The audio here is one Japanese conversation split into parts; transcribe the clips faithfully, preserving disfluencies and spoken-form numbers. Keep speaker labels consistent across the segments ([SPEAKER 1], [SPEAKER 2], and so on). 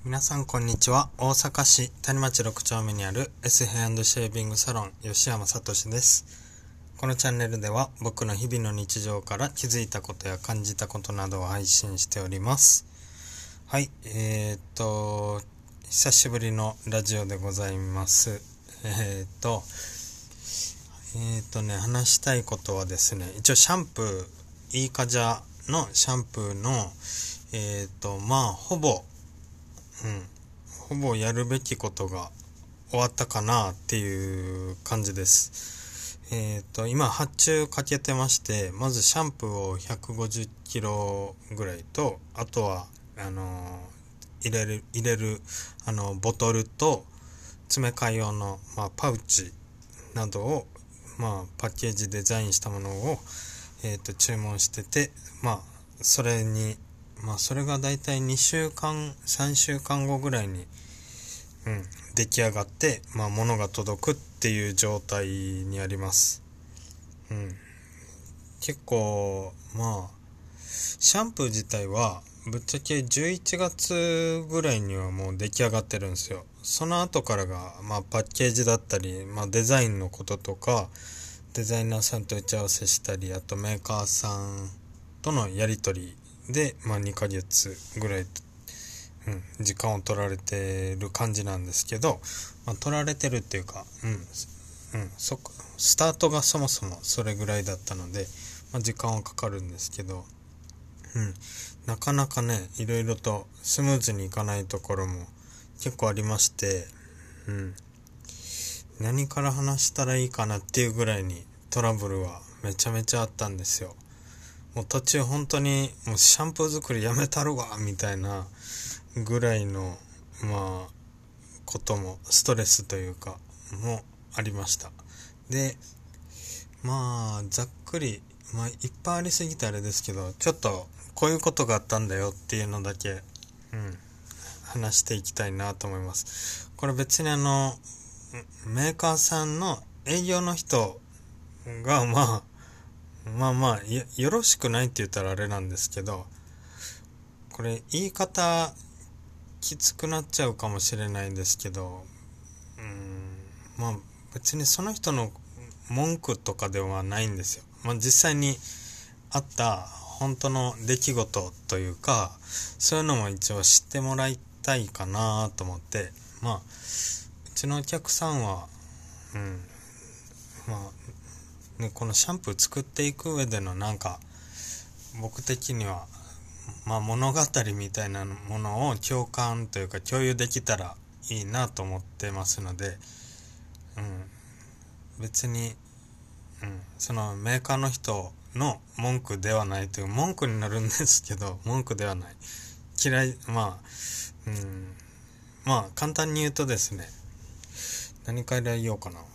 [SPEAKER 1] 皆さんこんにちは。大阪市谷町ろく丁目にある S ヘア&シェービングサロン吉山聡です。このチャンネルでは僕の日々の日常から気づいたことや感じたことなどを配信しております。はい、えーっと久しぶりのラジオでございます。えーっとえーっとね話したいことはですね、一応シャンプーいいかじゃのシャンプーのえーっとまあほぼうん、ほぼやるべきことが終わったかなっていう感じです。えっと今発注かけてまして、まずシャンプーをひゃくごじゅっキロぐらいと、あとはあのー、入れる入れるあのボトルと詰め替え用の、まあ、パウチなどを、まあ、パッケージデザインしたものを、えーと注文してて、まあそれにまあそれがだいたいにしゅうかんさんしゅうかんごぐらいに、うん、出来上がって、まあ物が届くっていう状態にあります。うん、結構まあシャンプー自体はぶっちゃけじゅういちがつぐらいにはもう出来上がってるんですよ。その後からが、まあ、パッケージだったり、まあ、デザインのこととかデザイナーさんと打ち合わせしたり、あとメーカーさんとのやり取りで、まあ、にかげつぐらい、うん、時間を取られてる感じなんですけど、まあ、取られてるっていうか、うんうん、そスタートがそもそもそれぐらいだったので、まあ、時間はかかるんですけど、うん、なかなかねいろいろとスムーズにいかないところも結構ありまして、うん、何から話したらいいかなっていうぐらいにトラブルはめちゃめちゃあったんですよ。もう途中本当にもうシャンプー作りやめたるわみたいなぐらいのまあこともストレスというかもありました。でまあざっくり、まあいっぱいありすぎてあれですけど、ちょっとこういうことがあったんだよっていうのだけ、うん、話していきたいなと思います。これ別にあのメーカーさんの営業の人がまあまあまあ よ, よろしくないって言ったらあれなんですけど、これ言い方きつくなっちゃうかもしれないんですけど、うーんまあ別にその人の文句とかではないんですよ。まあ実際にあった本当の出来事というか、そういうのも一応知ってもらいたいかなと思って、まあうちのお客さんはうんまあね、このシャンプー作っていく上でのなんか僕的にはまあ物語みたいなものを共感というか共有できたらいいなと思ってますので、うん、別に、うん、そのメーカーの人の文句ではないという、文句になるんですけど文句ではない、嫌い、まあ、うん、まあ簡単に言うとですね、何から言おうかな、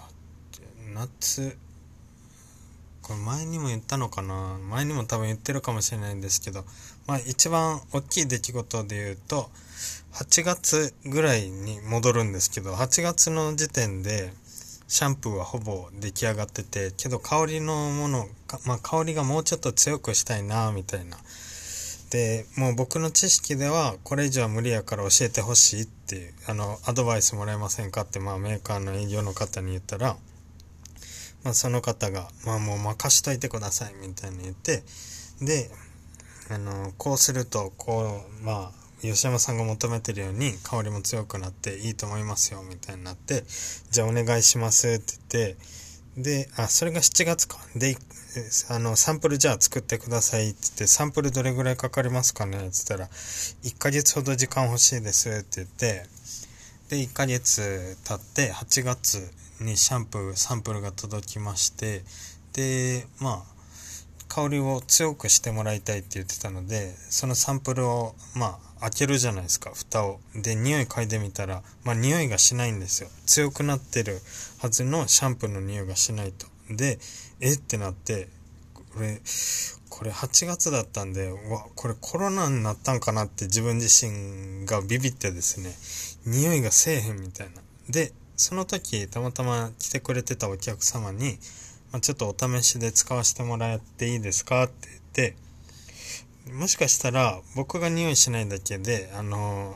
[SPEAKER 1] 夏これ前にも言ったのかな、前にも多分言ってるかもしれないんですけど、まあ一番大きい出来事で言うとはちがつぐらいに戻るんですけど、はちがつの時点でシャンプーはほぼ出来上がってて、けど香りのもの、まあ香りがもうちょっと強くしたいなみたいな、でもう僕の知識ではこれ以上は無理やから教えてほしいっていう、あのアドバイスもらえませんかって、まあメーカーの営業の方に言ったら、まあ、その方が、まあもう任しといてくださいみたいに言って、で、あの、こうすると、こう、まあ、吉山さんが求めてるように香りも強くなっていいと思いますよみたいになって、じゃあお願いしますって言って、で、あ、それがしちがつか。で、あの、サンプルじゃあ作ってくださいって言って、サンプルどれぐらいかかりますかねって言ったら、いっかげつほど時間欲しいですって言って、で、いっかげつ経ってはちがつにシャンプーサンプルが届きまして、でまあ香りを強くしてもらいたいって言ってたので、そのサンプルをまあ開けるじゃないですか、蓋を。で匂い嗅いでみたら、まあ匂いがしないんですよ。強くなってるはずのシャンプーの匂いがしないと。でえってなって、これこれはちがつだったんで、うわこれコロナになったんかなって自分自身がビビってですね、匂いがせえへんみたいな。でその時たまたま来てくれてたお客様に、まあ、ちょっとお試しで使わせてもらっていいですかって言って、もしかしたら僕が匂いしないだけで、あの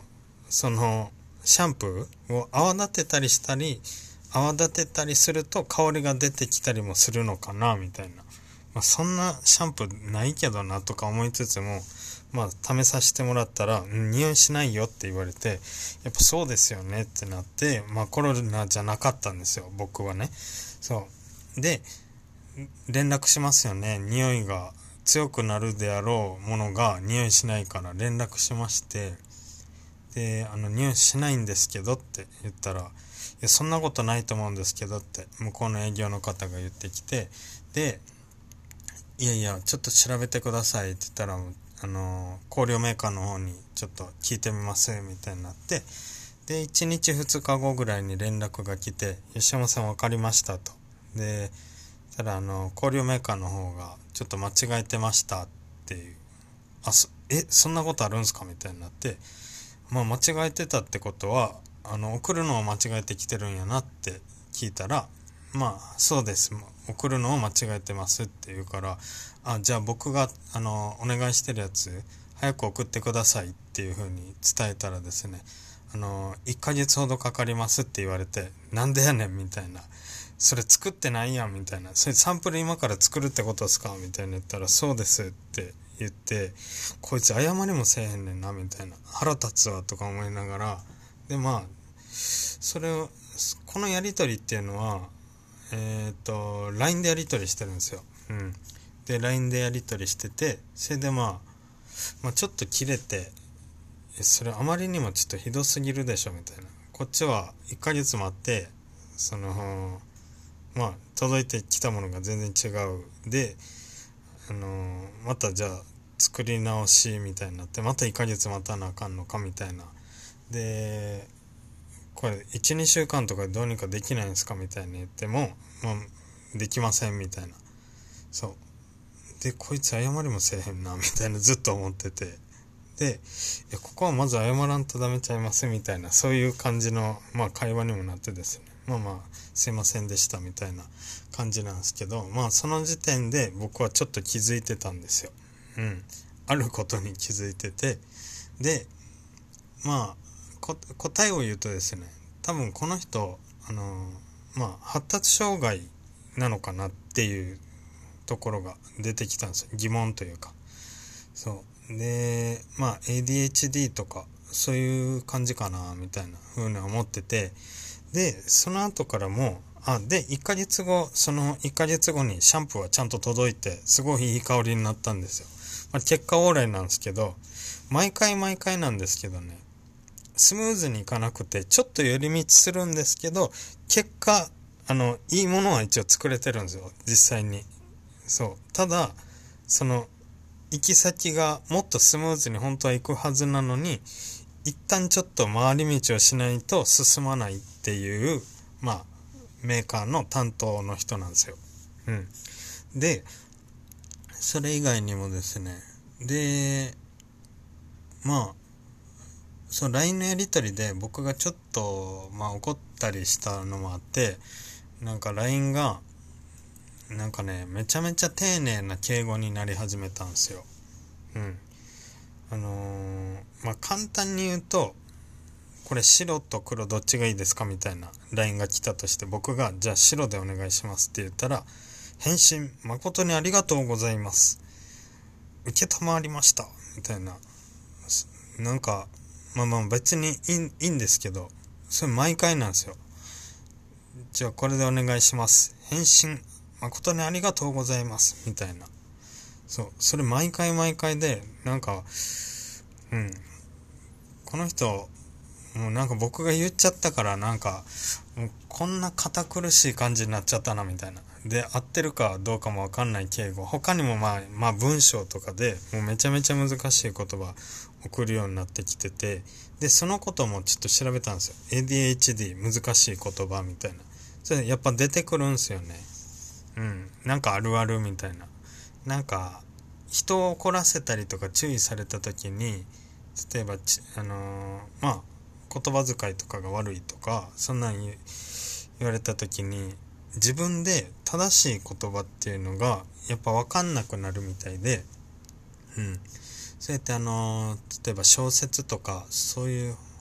[SPEAKER 1] そのシャンプーを泡立てたりしたり泡立てたりすると香りが出てきたりもするのかなみたいな、まあ、そんなシャンプーないけどなとか思いつつも、まあ試させてもらったら、うん、匂いしないよって言われて、やっぱそうですよねってなって、まあコロナじゃなかったんですよ、僕はね。そうで連絡しますよね。匂いが強くなるであろうものが匂いしないから連絡しまして、であの匂いしないんですけどって言ったら、いやそんなことないと思うんですけどって向こうの営業の方が言ってきて、でいやいやちょっと調べてくださいって言ったら、あの香料メーカーの方にちょっと聞いてみますみたいになって、でいちにちふつかごぐらいに連絡が来て、吉山さん分かりましたと。でただあの香料メーカーの方がちょっと間違えてましたっていう、あそえそんなことあるんすかみたいになって、まあ間違えてたってことはあの送るのを間違えてきてるんやなって聞いたら、まあそうです、送るのを間違えてますって言うから、あじゃあ僕があのお願いしてるやつ早く送ってくださいっていう風に伝えたらですね、あのいっかげつほどかかりますって言われて、なんでやねんみたいな、それ作ってないやんみたいな、それサンプル今から作るってことですかみたいな言ったら、そうですって言って、こいつ謝りもせえへんねんなみたいな、腹立つわとか思いながら、でまあそれをこのやり取りっていうのはえっと ライン でやり取りしてるんですよ。うん、で ライン でやり取りしてて、それでまあ、まあ、ちょっと切れて、それあまりにもちょっとひどすぎるでしょみたいな、こっちはいっかげつ待ってそのまあ届いてきたものが全然違うで、あのー、またじゃあ作り直しみたいになって、またいっかげつ待たなあかんのかみたいな、でこれ いちにしゅうかんとかでどうにかできないんですかみたいに言っても、まあ、できませんみたいな、そうでこいつ謝りもせえへんなみたいなずっと思ってて、でいやここはまず謝らんとダメちゃいますみたいな、そういう感じの、まあ、会話にもなってですね、まあまあすいませんでしたみたいな感じなんですけど、まあその時点で僕はちょっと気づいてたんですよ。うん、あることに気づいてて、でまあ答えを言うとですね、多分この人あのまあ発達障害なのかなっていうところが出てきたんですよ、疑問というか。そうでまあ エーディーエイチディー とかそういう感じかなみたいな風に思ってて、でその後からもあでいっかげつご、そのいっかげつごにシャンプーはちゃんと届いてすごいいい香りになったんですよ。まあ、結果オーライなんですけど、毎回毎回なんですけどね、スムーズにいかなくてちょっと寄り道するんですけど、結果あのいいものは一応作れてるんですよ実際に。そうただその行き先がもっとスムーズに本当は行くはずなのに、一旦ちょっと回り道をしないと進まないっていうまあメーカーの担当の人なんですよ。うん。でそれ以外にもですね、でまあその ライン のやり取りで僕がちょっとまあ怒ったりしたのもあって、なんか ライン がなんかねめちゃめちゃ丁寧な敬語になり始めたんですよ。うんあのー、まあ簡単に言うと、これ白と黒どっちがいいですかみたいな ライン が来たとして、僕がじゃあ白でお願いしますって言ったら、返信誠にありがとうございます、受けたまわりましたみたいな、なんかまあまあ別にいい、いいんですけど、それ毎回なんですよ。じゃあこれでお願いします、返信誠にありがとうございますみたいな、そうそれ毎回毎回で、なんかうんこの人もうなんか僕が言っちゃったから、なんかもうこんな堅苦しい感じになっちゃったなみたいな、で合ってるかどうかもわかんない敬語、他にもまあまあ文章とかでもうめちゃめちゃ難しい言葉送るようになってきてて、でそのこともちょっと調べたんですよ。 エーディーエイチディー 難しい言葉みたいな、それやっぱ出てくるんですよね。うんなんかあるあるみたいな、なんか人を怒らせたりとか注意された時に、例えばあのー、まあ言葉遣いとかが悪いとかそんなん言われた時に、自分で正しい言葉っていうのがやっぱ分かんなくなるみたいで、うんそうやってあのー、例えば小説とかそういう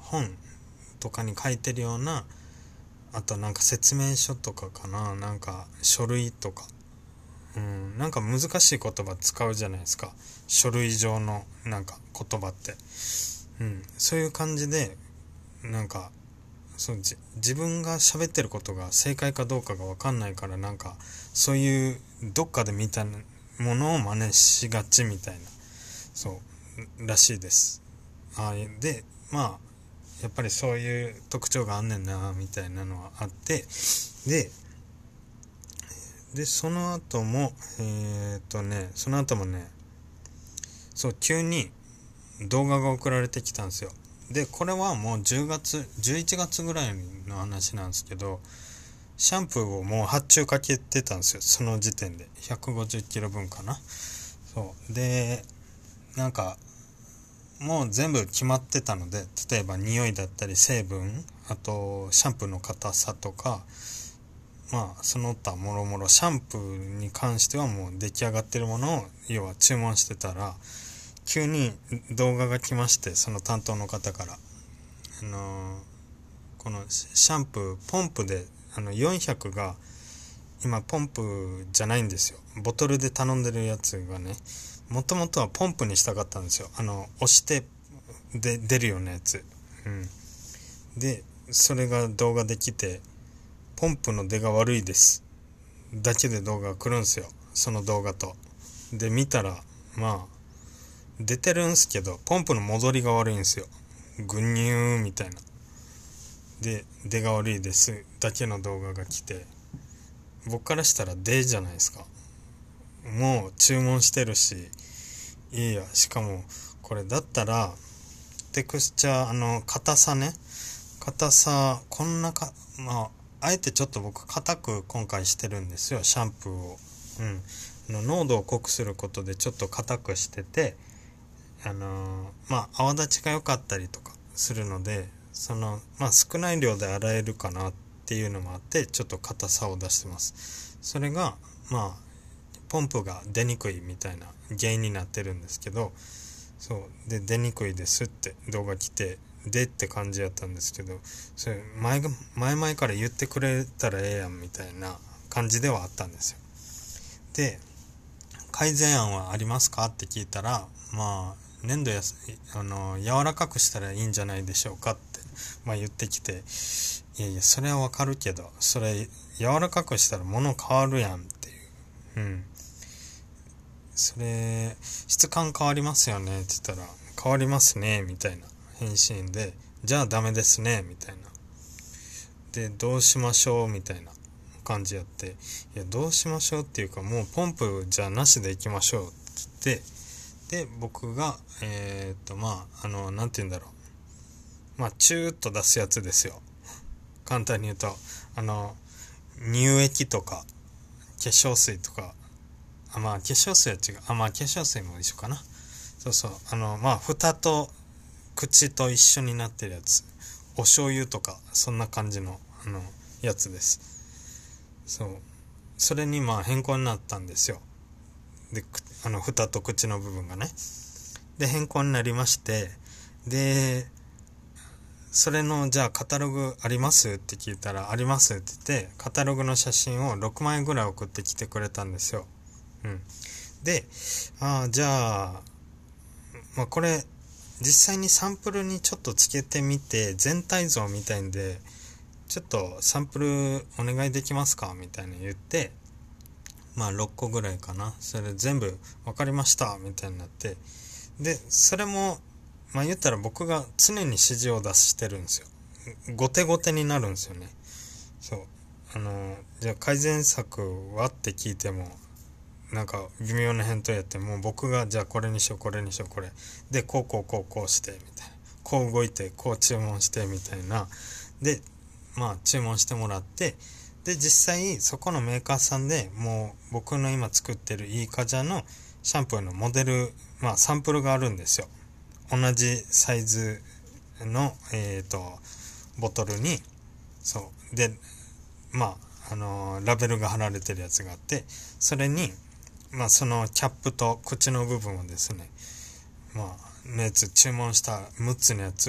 [SPEAKER 1] 本とかに書いてるような、あとなんか説明書とかかな、なんか書類とか、うん、なんか難しい言葉使うじゃないですか、書類上のなんか言葉って、うん、そういう感じでなんかそうじ自分が喋ってることが正解かどうかが分かんないから、なんかそういうどっかで見たものを真似しがちみたいな、そうらしいです。あでまあやっぱりそういう特徴があんねんなみたいなのはあって、ででその後もえー、っとねその後もねそう急に動画が送られてきたんですよ。でこれはもうじゅうがつじゅういちがつぐらいの話なんですけど、シャンプーをもう発注かけてたんですよ、その時点でひゃくごじゅっキロぶんかな。そうでなんかもう全部決まってたので、例えば匂いだったり成分、あとシャンプーの硬さとか、まあその他もろもろシャンプーに関してはもう出来上がってるものを要は注文してたら、急に動画が来まして、その担当の方から、あのー、このシャンプーポンプであのよんひゃくが今ポンプじゃないんですよ、ボトルで頼んでるやつがね、もともとはポンプにしたかったんですよ、あの押してで出るようなやつ、うん、でそれが動画できて、ポンプの出が悪いですだけで動画が来るんですよ、その動画と。で見たらまあ出てるんすけど、ポンプの戻りが悪いんですよ、グニューみたいな。で出が悪いですだけの動画が来て、僕からしたら出じゃないですか、もう注文してるし、いいや、しかもこれだったらテクスチャー、あの硬さね、硬さこんなか、まああえてちょっと僕硬く今回してるんですよ、シャンプーを、うん、濃度を濃くすることでちょっと硬くしてて、あのー、まあ泡立ちが良かったりとかするので、そのまあ少ない量で洗えるかなっていうのもあって、ちょっと硬さを出してます。それがまあポンプが出にくいみたいな原因になってるんですけど、そうで出にくいですって動画来て、でって感じやったんですけど、それ前前々から言ってくれたらええやんみたいな感じではあったんですよ。で改善案はありますかって聞いたら、まあ粘土やあの柔らかくしたらいいんじゃないでしょうかって、まあ、言ってきて、いやいやそれはわかるけど、それ柔らかくしたら物変わるやんっていう、うん、それ質感変わりますよねって言ったら、変わりますねみたいな返信で、じゃあダメですねみたいな、でどうしましょうみたいな感じやって、いやどうしましょうっていうか、もうポンプじゃなしでいきましょうって言って、で僕がえー、っとまああのなんて言うんだろう、まあチューッと出すやつですよ、簡単に言うと、あの乳液とか化粧水とか、あまあ化粧水は違う、あまあ化粧水も一緒かな、そうそう、あのまあ蓋と口と一緒になってるやつ、お醤油とかそんな感じのあのやつです。そうそれにまあ変更になったんですよ。であの蓋と口の部分がね、で変更になりまして、でそれのじゃあカタログありますって聞いたら、ありますって言ってカタログの写真をろくまいぐらい送ってきてくれたんですよ。うん、であじゃあ、まあ、これ実際にサンプルにちょっとつけてみて全体像みたいんで、ちょっとサンプルお願いできますかみたいな言って、まあろっこぐらいかな、それ全部分かりましたみたいになって、でそれもまあ言ったら僕が常に指示を出してるんですよ。後手後手になるんですよね。そうあのじゃあ改善策はって聞いてもなんか微妙な返答やって、もう僕がじゃあこれにしようこれにしようこれでこうこうこうこうしてみたいな、こう動いてこう注文してみたいなで、まあ注文してもらって、で実際そこのメーカーさんでもう僕の今作ってるいいかじゃのシャンプーのモデル、まあサンプルがあるんですよ。同じサイズのえっとボトルに、そうでまああのラベルが貼られてるやつがあって、それにまあそのキャップと口の部分をですね、まあのやつ注文したむっつのやつを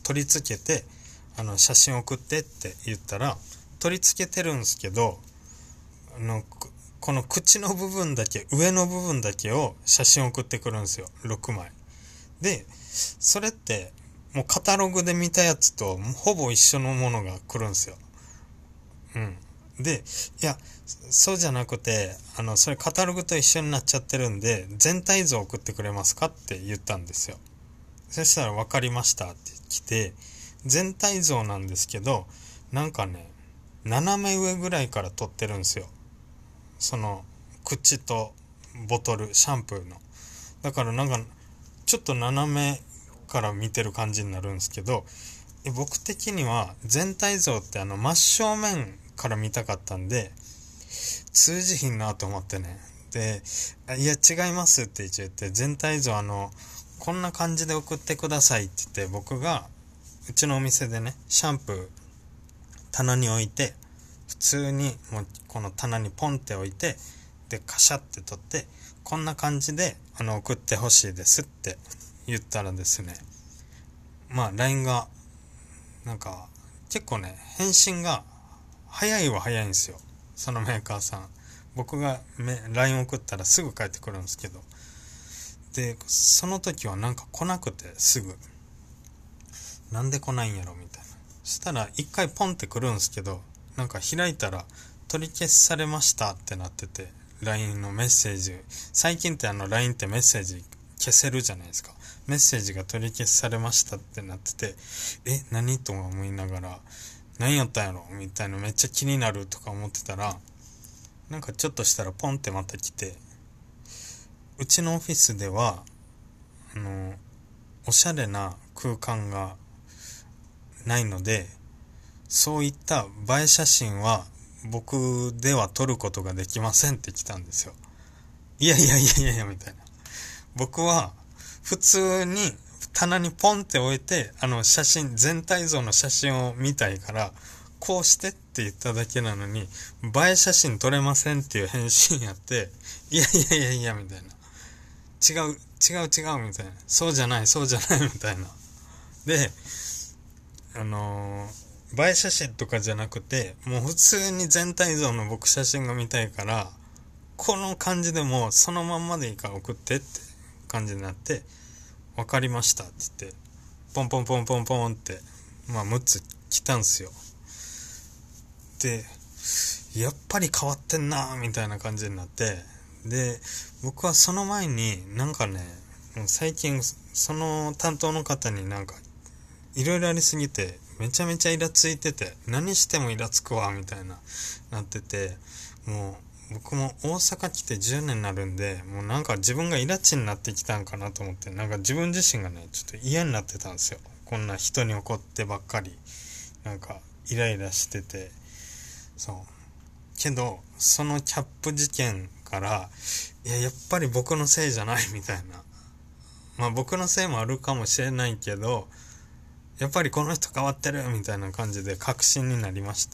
[SPEAKER 1] 取り付けてあの写真送ってって言ったら取り付けてるんですけど、あのこの口の部分だけ、上の部分だけを写真送ってくるんですよ、ろくまいで。それってもうカタログで見たやつとほぼ一緒のものが来るんですよ。うんで、いやそうじゃなくて、あのそれカタログと一緒になっちゃってるんで全体像送ってくれますかって言ったんですよ。そしたら分かりましたって来て、全体像なんですけど、なんかね斜め上ぐらいから撮ってるんですよ、その口とボトル、シャンプーの。だからなんかちょっと斜めから見てる感じになるんですけど、僕的には全体像ってあの真正面から見たかったんで通じひんなと思ってね。で、いや違いますって言って全体像あのこんな感じで送ってくださいって言って、僕がうちのお店でねシャンプー棚に置いて、普通にもうこの棚にポンって置いて、でカシャって取って、こんな感じであの送ってほしいですって言ったらですね、まあ ライン がなんか結構ね返信が早いは早いんですよ、そのメーカーさん。僕が ライン 送ったらすぐ返ってくるんですけど、でその時はなんか来なくて、すぐなんで来ないんやろみたいな。そしたら一回ポンって来るんですけど、なんか開いたら取り消されましたってなってて、 ライン のメッセージ、最近ってあの ライン ってメッセージ消せるじゃないですか。メッセージが取り消されましたってなってて、え何と思いながら、何やったんやろみたいな、めっちゃ気になるとか思ってたら、なんかちょっとしたらポンってまた来て、うちのオフィスではあのおしゃれな空間がないので、そういった映え写真は僕では撮ることができませんって来たんですよ。いやいやいやいやいやみたいな。僕は普通に棚にポンって置いて、あの写真、全体像の写真を見たいからこうしてって言っただけなのに、映え写真撮れませんっていう返信やって、いやいやいやいやみたいな、違う違う違うみたいな、そうじゃないそうじゃないみたいな。であのー、映え写真とかじゃなくて、もう普通に全体像の僕写真が見たいから、この感じでもうそのまんまでいいから送ってって感じになって、分かりましたって言ってポンポンポンポンポンってまあむっつ来たんすよ。でやっぱり変わってんなみたいな感じになって、で僕はその前になんかね、最近その担当の方になんかいろいろありすぎてめちゃめちゃイラついてて、何してもイラつくわみたいななってて、もう僕も大阪来てじゅうねんになるんで、もうなんか自分がイラチになってきたんかなと思って、なんか自分自身がねちょっと嫌になってたんですよ。こんな人に怒ってばっかりなんかイライラしてて。そうけどそのキャップ事件から、いややっぱり僕のせいじゃないみたいな、まあ僕のせいもあるかもしれないけど、やっぱりこの人変わってるみたいな感じで確信になりまして、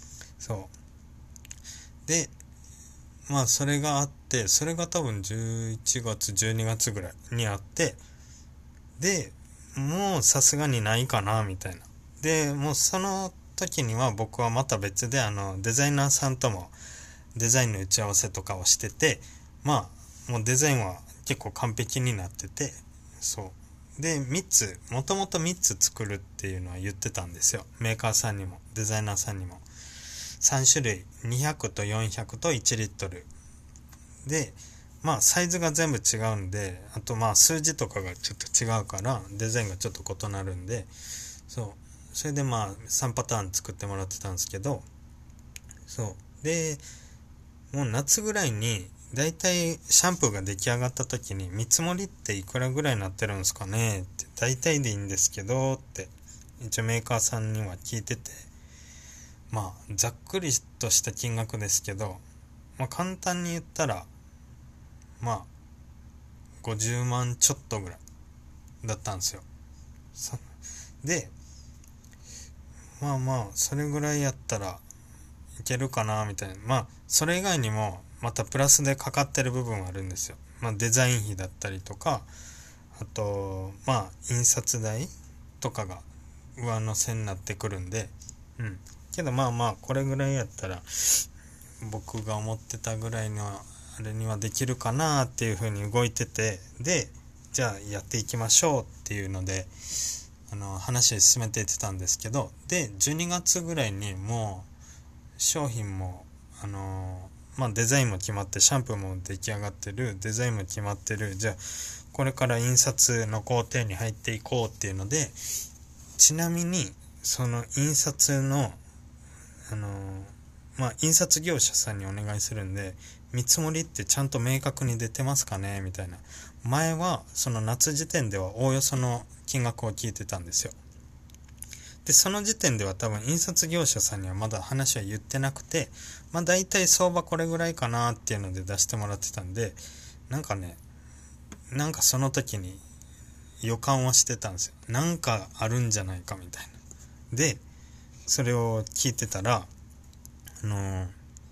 [SPEAKER 1] そうでまあそれがあって、それが多分じゅういちがつじゅうにがつぐらいにあって、でもうさすがにないかなみたいな。でもうその時には僕はまた別であのデザイナーさんともデザインの打ち合わせとかをしてて、まあもうデザインは結構完璧になってて、そうでみっつ、もともとみっつ作るっていうのは言ってたんですよ、メーカーさんにもデザイナーさんにも。さんしゅるい、にひゃくとよんひゃくといちリットルで、まあサイズが全部違うんで、あとまあ数字とかがちょっと違うからデザインがちょっと異なるんで、そうそれでまあさんパターン作ってもらってたんですけど、そうでもう夏ぐらいにだいたいシャンプーが出来上がった時に、見積もりっていくらぐらいになってるんですかねって、だいたいでいいんですけどって一応メーカーさんには聞いてて、まあざっくりとした金額ですけど、まあ簡単に言ったらまあごじゅうまんちょっとぐらいだったんですよ。でまあまあそれぐらいやったらいけるかなみたいな。まあそれ以外にもまたプラスでかかってる部分はあるんですよ。まあデザイン費だったりとか、あとまあ印刷代とかが上乗せになってくるんで、うん。けどまあまあこれぐらいやったら僕が思ってたぐらいのあれにはできるかなっていう風に動いてて、でじゃあやっていきましょうっていうのであの話進めていってたんですけど、でじゅうにがつぐらいにもう商品もあのまあデザインも決まって、シャンプーも出来上がってる、デザインも決まってる、じゃあこれから印刷の工程に入っていこうっていうので、ちなみにその印刷のあのまあ印刷業者さんにお願いするんで、見積もりってちゃんと明確に出てますかねみたいな。前はその夏時点ではおおよその金額を聞いてたんですよ。でその時点では多分印刷業者さんにはまだ話は言ってなくて、まあ大体相場これぐらいかなっていうので出してもらってたんで、なんかねなんかその時に予感はしてたんですよ。なんかあるんじゃないかみたいな。でそれを聞いてたらあのー、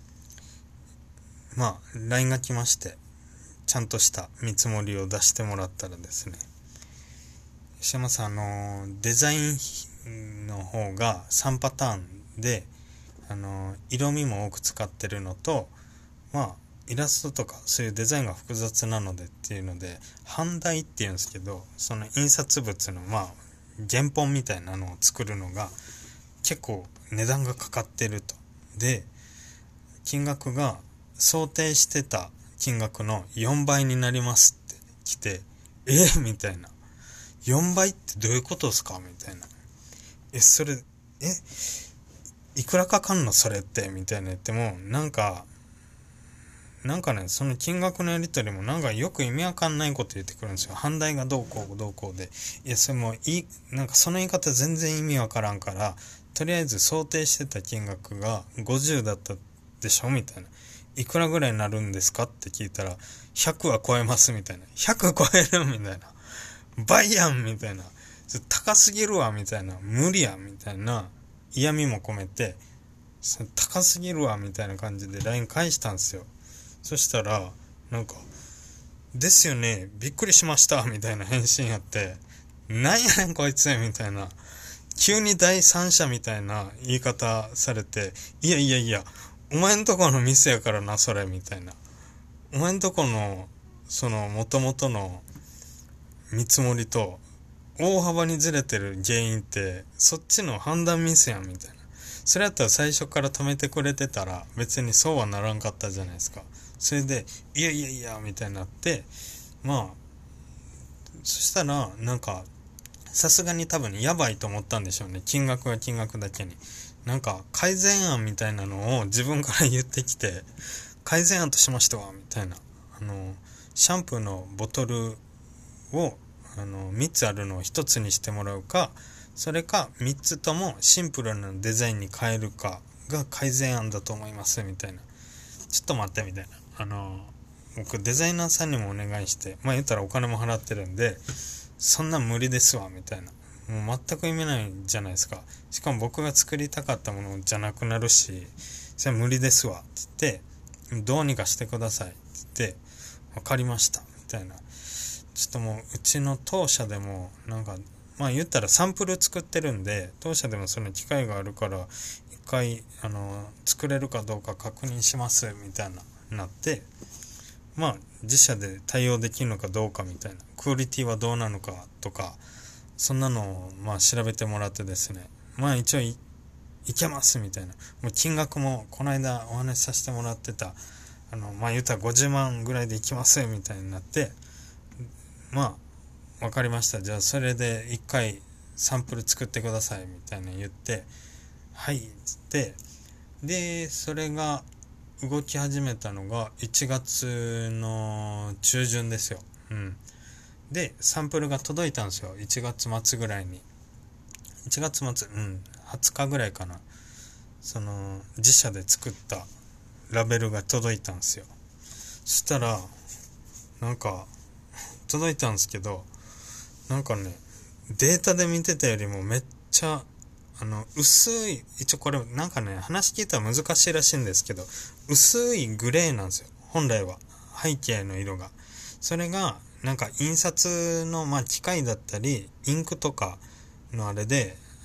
[SPEAKER 1] まあ ライン が来まして、ちゃんとした見積もりを出してもらったらですね、石山さん、あのー、デザインの方がさんパターンで、あのー、色味も多く使ってるのと、まあイラストとかそういうデザインが複雑なのでっていうので、版台っていうんですけど、その印刷物のまあ原本みたいなのを作るのが結構値段がかかってると。で金額が想定してた金額のよんばいになりますって来て、えみたいな、よんばいってどういうことですかみたいな、えそれえいくらかかんのそれってみたいな言っても、なんかなんかねその金額のやり取りもなんかよく意味わかんないこと言ってくるんですよ。版台がどうこうどうこうで、いやそれもいい、なんかその言い方全然意味わからんから、とりあえず想定してた金額がごじゅうだったでしょみたいな、いくらぐらいになるんですかって聞いたらひゃくは超えますみたいな、ひゃく超えるみたいな、倍やんみたいな、高すぎるわみたいな、無理やみたいな嫌味も込めて、高すぎるわみたいな感じで ライン 返したんですよ。そしたらなんかですよねびっくりしましたみたいな返信やって、なんやねんこいつみたいな、急に第三者みたいな言い方されて、いやいやいやお前んとこの店やからなそれみたいな、お前んとこのその元々の見積もりと大幅にずれてる原因ってそっちの判断ミスやんみたいな、それやったら最初から止めてくれてたら別にそうはならんかったじゃないですか。それでいやいやいやみたいになって、まあそしたらなんかさすがに多分やばいと思ったんでしょうね。金額は金額だけになんか改善案みたいなのを自分から言ってきて、改善案としましてはみたいな、あのシャンプーのボトルをあのみっつあるのをひとつにしてもらうか、それかみっつともシンプルなデザインに変えるかが改善案だと思いますみたいな。ちょっと待ってみたいな、あの僕デザイナーさんにもお願いして、まあ言ったらお金も払ってるんでそんなん無理ですわみたいな、もう全く意味ないじゃないですか。しかも僕が作りたかったものじゃなくなるし、それは無理ですわって言って、どうにかしてくださいって言って、分かりましたみたいな。ちょっともううちの当社でもなんかまあ言ったらサンプル作ってるんで、当社でもその機会があるから一回あの作れるかどうか確認しますみたいななって、まあ自社で対応できるのかどうかみたいな、クオリティはどうなのかとか、そんなのをまあ調べてもらってですね、まあ一応 い, いけますみたいな、もう金額もこの間お話しさせてもらってたあのまあ言ったらごじゅうまんぐらいでいきますみたいになって、まあ分かりました、じゃあそれで一回サンプル作ってくださいみたいな言って、はいっつって、でそれが動き始めたのがいちがつの中旬ですよ。うん。でサンプルが届いたんですよ、いちがつ末ぐらいに。いちがつ末、うんはつかぐらいかな、その自社で作ったラベルが届いたんですよ。そしたらなんか届いたんですけど、なんかねデータで見てたよりもめっちゃあの薄い、一応これなんかね話聞いたら難しいらしいんですけど、薄いグレーなんですよ本来は、背景の色が。それがなんか印刷のまあ機械だったりインクとかのあれで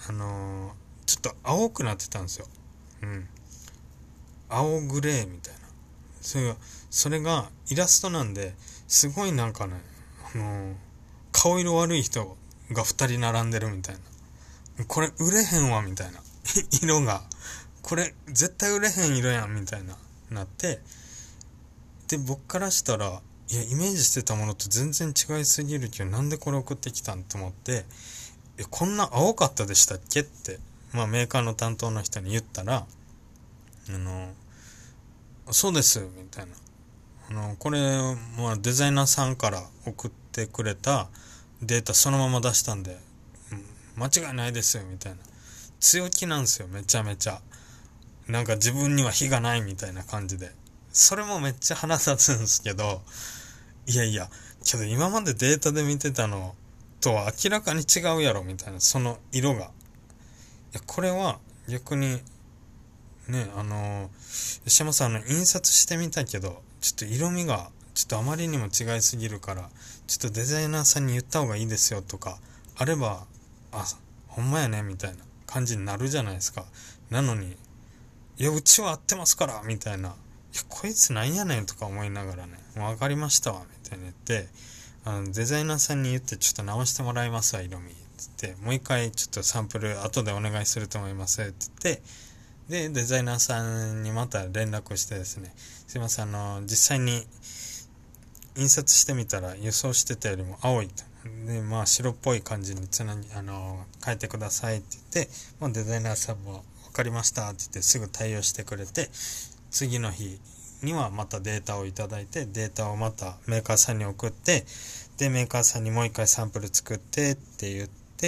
[SPEAKER 1] あのー、ちょっと青くなってたんですよ。うん。青グレーみたいな。それが、それがイラストなんで、すごいなんかね、あのー、顔色悪い人が二人並んでるみたいな。これ売れへんわみたいな。色が。これ絶対売れへん色やんみたいな。なって、で、僕からしたら、いや、イメージしてたものと全然違いすぎるけど、なんでこれ送ってきたんと思って、え、こんな青かったでしたっけって、まあメーカーの担当の人に言ったら、あの、そうです、みたいな。あの、これ、まあデザイナーさんから送ってくれたデータそのまま出したんで、うん、間違いないですよ、みたいな。強気なんですよ、めちゃめちゃ。なんか自分には非がないみたいな感じで。それもめっちゃ腹立つんですけど、いやいや、けど今までデータで見てたのとは明らかに違うやろみたいな、その色が。いや、これは逆に、ね、あの、吉山さんの印刷してみたけど、ちょっと色味が、ちょっとあまりにも違いすぎるから、ちょっとデザイナーさんに言った方がいいですよとか、あれば、あ、ほんまやね、みたいな感じになるじゃないですか。なのに、いや、うちは合ってますから、みたいな。いや、こいつなんやねんとか思いながらね、わかりましたわ、みたいな言って、あの、デザイナーさんに言ってちょっと直してもらいますわ、色味。つって、もう一回ちょっとサンプル後でお願いすると思います、って言って、で、デザイナーさんにまた連絡してですね、すいません、あの、実際に印刷してみたら輸送してたよりも青いと。で、まあ、白っぽい感じにつなぎ、あの、変えてくださいって言って、まあ、デザイナーさんも、わかりましたって言ってすぐ対応してくれて、次の日にはまたデータをいただいて、データをまたメーカーさんに送って、でメーカーさんにもう一回サンプル作ってって言って、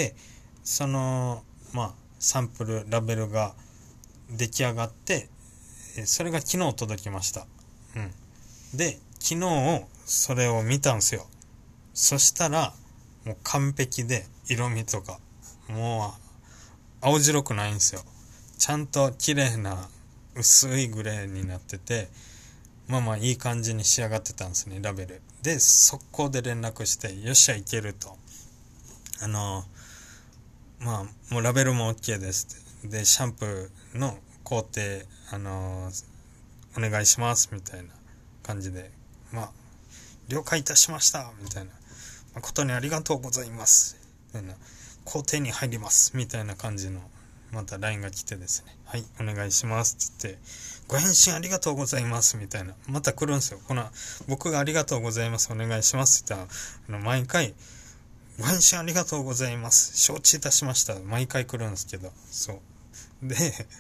[SPEAKER 1] そのまあサンプルラベルが出来上がって、それが昨日届きました。うんで昨日それを見たんすよ。そしたらもう完璧で、色味とかもう青白くないんですよ。ちゃんと綺麗な薄いグレーになってて、まあまあいい感じに仕上がってたんですね、ラベルで。速攻で連絡して、よっしゃいけると、あのまあもうラベルも OK ですって、でシャンプーの工程あのお願いしますみたいな感じで、まあ了解いたしましたみたいな、誠にありがとうございますみたいな、工程に入りますみたいな感じのまた ライン が来てですね、はいお願いしますって言って、ご返信ありがとうございますみたいなまた来るんですよ。この僕がありがとうございますお願いしますって言ったら、あの毎回ご返信ありがとうございます承知いたしました毎回来るんですけど、そうで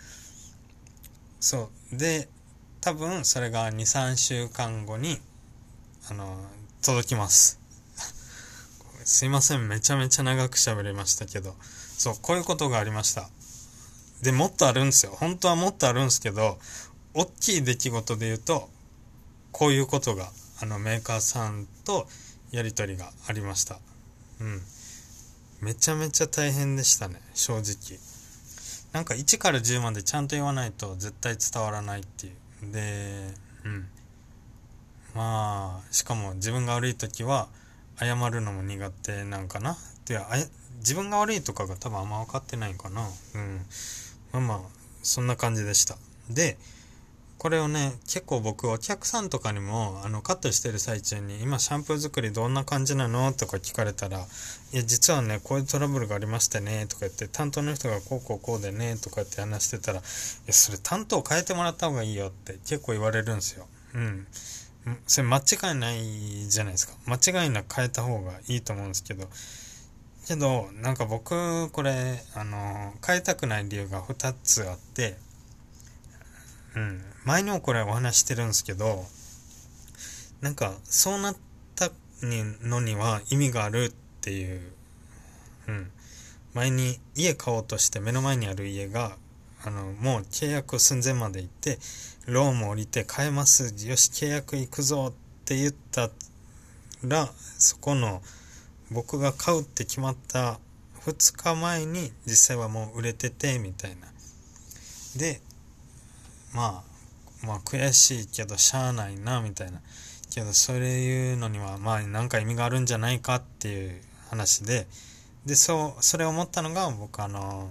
[SPEAKER 1] そうで多分それが にさんしゅうかんごにあの届きますすいません、めちゃめちゃ長く喋りましたけど、そうこういうことがありました。でもっとあるんですよ、本当はもっとあるんですけど、大きい出来事で言うとこういうことがあのメーカーさんとやり取りがありました。うんめちゃめちゃ大変でしたね、正直。なんかいちからじゅうまでちゃんと言わないと絶対伝わらないっていう。で、うんまあしかも自分が悪い時は謝るのも苦手なんかなって、あ自分が悪いとかが多分あんま分かってないんかな。うんまあまあそんな感じでした。でこれをね、結構僕お客さんとかにもあのカットしてる最中に、今シャンプー作りどんな感じなのとか聞かれたら、いや実はねこういうトラブルがありましてねとか言って、担当の人がこうこうこうでねとかって話してたら、いやそれ担当変えてもらった方がいいよって結構言われるんですよ。うんそれ間違いないじゃないですか。間違いなく変えた方がいいと思うんですけど、けどなんか僕これあの変えたくない理由がふたつあって、うん前にもこれお話してるんですけど、なんかそうなったのには意味があるっていう、うん前に家買おうとして目の前にある家があのもう契約寸前まで行って、ローンも降りて買えます、よし契約行くぞって言ったら、そこの僕が買うって決まったふつかまえに実際はもう売れててみたいな。でまあまあ悔しいけどしゃあないなみたいな、けどそれ言うのにはまあなんか意味があるんじゃないかっていう話で、でそうそれを思ったのが、僕あの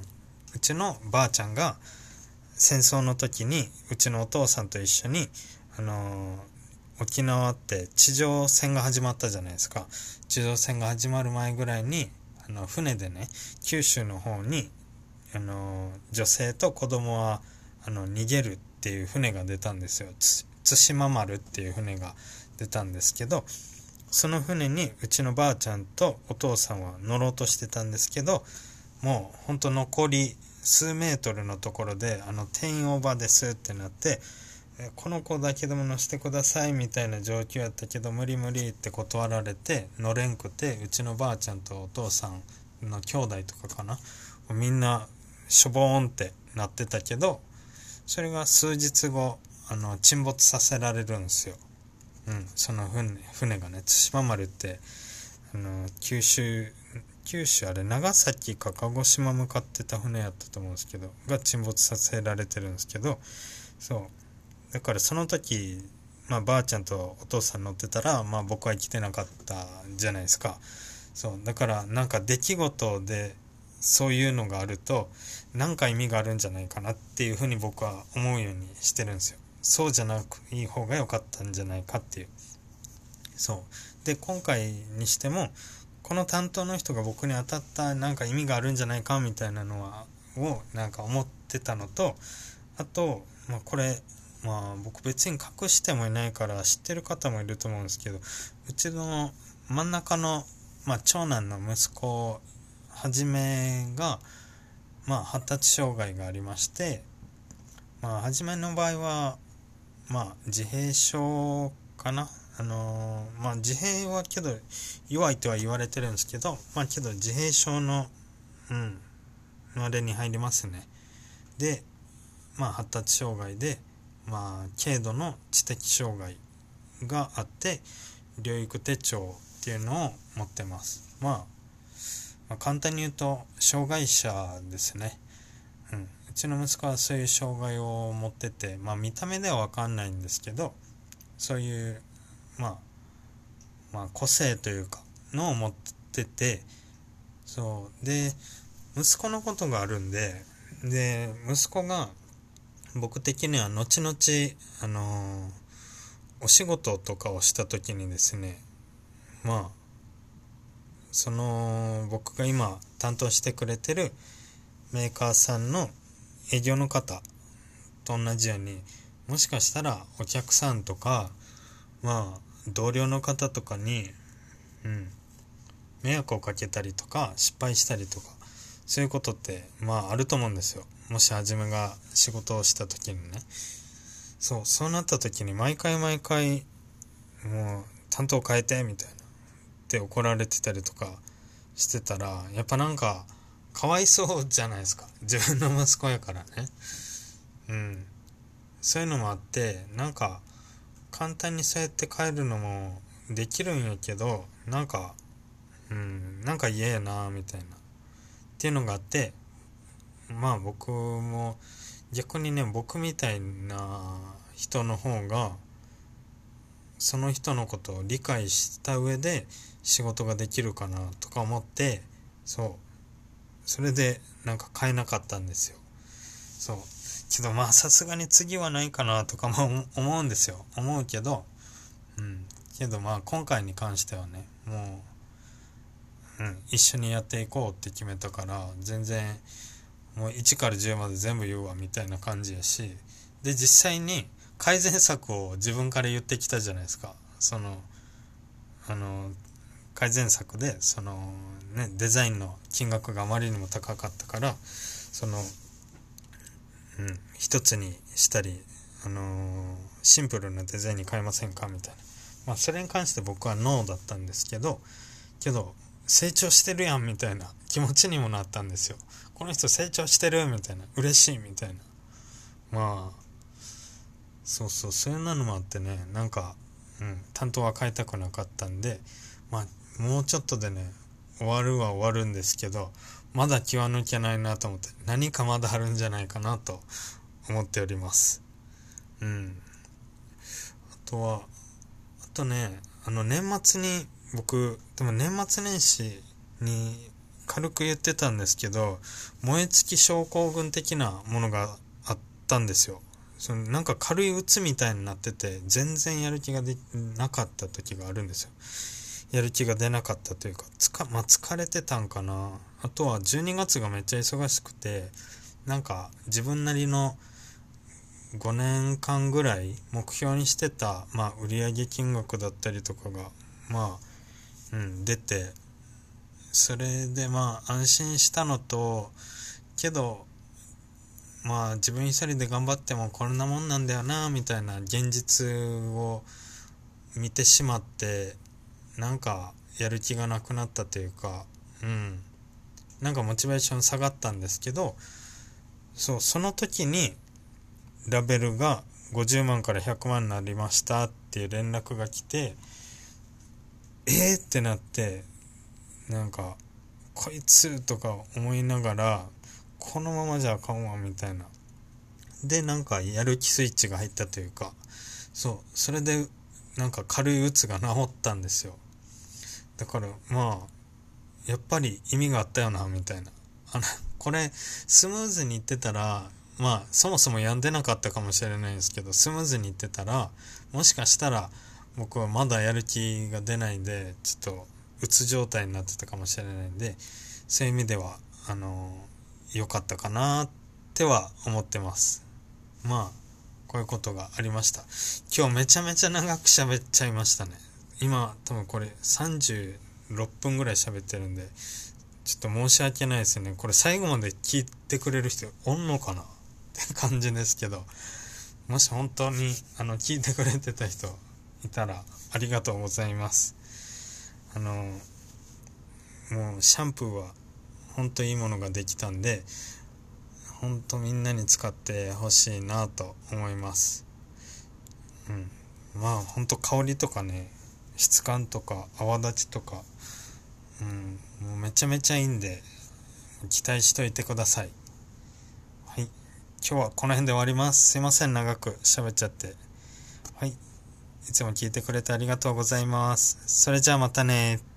[SPEAKER 1] うちのばあちゃんが戦争の時にうちのお父さんと一緒にあのー、沖縄って地上戦が始まったじゃないですか。地上戦が始まる前ぐらいにあの船でね、九州の方にあの女性と子供はあの逃げるっていう船が出たんですよ。対馬丸っていう船が出たんですけど、その船にうちのばあちゃんとお父さんは乗ろうとしてたんですけど、もうほんと残り数メートルのところであの定員オーバーですってなって、この子だけでも乗せてくださいみたいな状況やったけど、無理無理って断られて乗れんくて、うちのばあちゃんとお父さんの兄弟とかかな、みんなしょぼーんってなってたけど、それが数日後あの沈没させられるんですよ。うん、その 船, 船がね、対馬丸ってあの九州九州あれ長崎か鹿児島向かってた船やったと思うんですけど、が沈没させられてるんですけど、そうだからその時、まあ、ばあちゃんとお父さん乗ってたら、まあ、僕は生きてなかったじゃないですか。そうだからなんか出来事でそういうのがあると何か意味があるんじゃないかなっていうふうに僕は思うようにしてるんですよ。そうじゃなくいい方が良かったんじゃないかっていう。そうで今回にしてもこの担当の人が僕に当たったなんか意味があるんじゃないかみたいなのはをなんか思ってたのと、あと、まあ、これまあ僕別に隠してもいないから知ってる方もいると思うんですけど、うちの真ん中の、まあ、長男の息子はじめが、まあ、発達障害がありまして、まあ、はじめの場合は、まあ、自閉症かな。あのー、まあ、自閉はけど弱いとは言われてるんですけど、まあ、けど自閉症の、うん、あれに入りますね。で、まあ、発達障害で、まあ、軽度の知的障害があって、療育手帳っていうのを持ってます。まあ、まあ、簡単に言うと障害者ですね。うん、うちの息子はそういう障害を持ってて、まあ見た目では分かんないんですけど、そういう、まあ、まあ個性というかのを持ってて、そうで息子のことがあるんで、で息子が僕的には後々あのー、お仕事とかをした時にですね、まあその僕が今担当してくれてるメーカーさんの営業の方と同じように、もしかしたらお客さんとか、まあ同僚の方とかに、うん、迷惑をかけたりとか失敗したりとか、そういうことってまああると思うんですよ。もしはじめが仕事をした時にね、そうそうなった時に毎回毎回もう担当変えてみたいなって怒られてたりとかしてたら、やっぱなんかかわいそうじゃないですか、自分の息子やからね。うんそういうのもあって、なんか簡単にそうやって変えるのもできるんやけど、なんかうんなんか嫌やなみたいなっていうのがあって、まあ僕も逆にね、僕みたいな人の方がその人のことを理解した上で仕事ができるかなとか思って、そうそれでなんか変えなかったんですよ。そうけどまあさすがに次はないかなとかも思うんですよ。思うけど、うんけどまあ今回に関してはね、もう、うん、一緒にやっていこうって決めたから、全然もういちからじゅうまで全部言うわみたいな感じやし、で実際に改善策を自分から言ってきたじゃないですか。そのあの改善策でそのね、デザインの金額があまりにも高かったから、そのうん一つにしたり、あのー、シンプルなデザインに変えませんかみたいな。まあそれに関して僕はノーだったんですけど、けど成長してるやんみたいな気持ちにもなったんですよ。この人成長してるみたいな、嬉しいみたいな。まあそうそう、そういうのもあってね、なんか、うん、担当は変えたくなかったんで、まあもうちょっとでね終わるは終わるんですけど、まだ気は抜けないなと思って、何かまだあるんじゃないかなと思っております。うん。あとは、あとね、あの年末に僕、でも年末年始に軽く言ってたんですけど、燃え尽き症候群的なものがあったんですよ。そのなんか軽い鬱みたいになってて、全然やる気がでなかった時があるんですよ。やる気が出なかったというか、つか、まあ、疲れてたんかな。あとはじゅうにがつがめっちゃ忙しくて、なんか自分なりのごねんかんぐらい目標にしてた、まあ、売上金額だったりとかが、まあ、うん、出て、それでまあ安心したのと、けど、まあ自分一人で頑張ってもこんなもんなんだよな、みたいな現実を見てしまって、なんかやる気がなくなったというか、うん。なんかモチベーション下がったんですけど、そう、その時に、ラベルがごじゅうまんからひゃくまんになりましたっていう連絡が来て、えーってなって、なんか、こいつとか思いながら、このままじゃあかんわみたいな。で、なんかやる気スイッチが入ったというか、そう、それでなんか軽い鬱が治ったんですよ。だからまあ、やっぱり意味があったよな、みたいな。あの、これ、スムーズにいってたら、まあ、そもそも病んでなかったかもしれないんですけど、スムーズにいってたら、もしかしたら、僕はまだやる気が出ないんで、ちょっと、うつ状態になってたかもしれないんで、そういう意味では、あの、良かったかなっては思ってます。まあ、こういうことがありました。今日めちゃめちゃ長く喋っちゃいましたね。今、多分これさんじゅうろっぷんぐらい喋ってるんで、ちょっと申し訳ないですね。これ最後まで聞いてくれる人おんのかなって感じですけど、もし本当にあの聞いてくれてた人いたらありがとうございます。あのもうシャンプーは本当いいものができたんで、本当みんなに使ってほしいなと思います。うん、まあ本当香りとかね、質感とか泡立ちとか、うん、もうめちゃめちゃいいんで期待しといてください。はい、今日はこの辺で終わります。すいません、長く喋っちゃって。はい、いつも聞いてくれてありがとうございます。それじゃあまたね。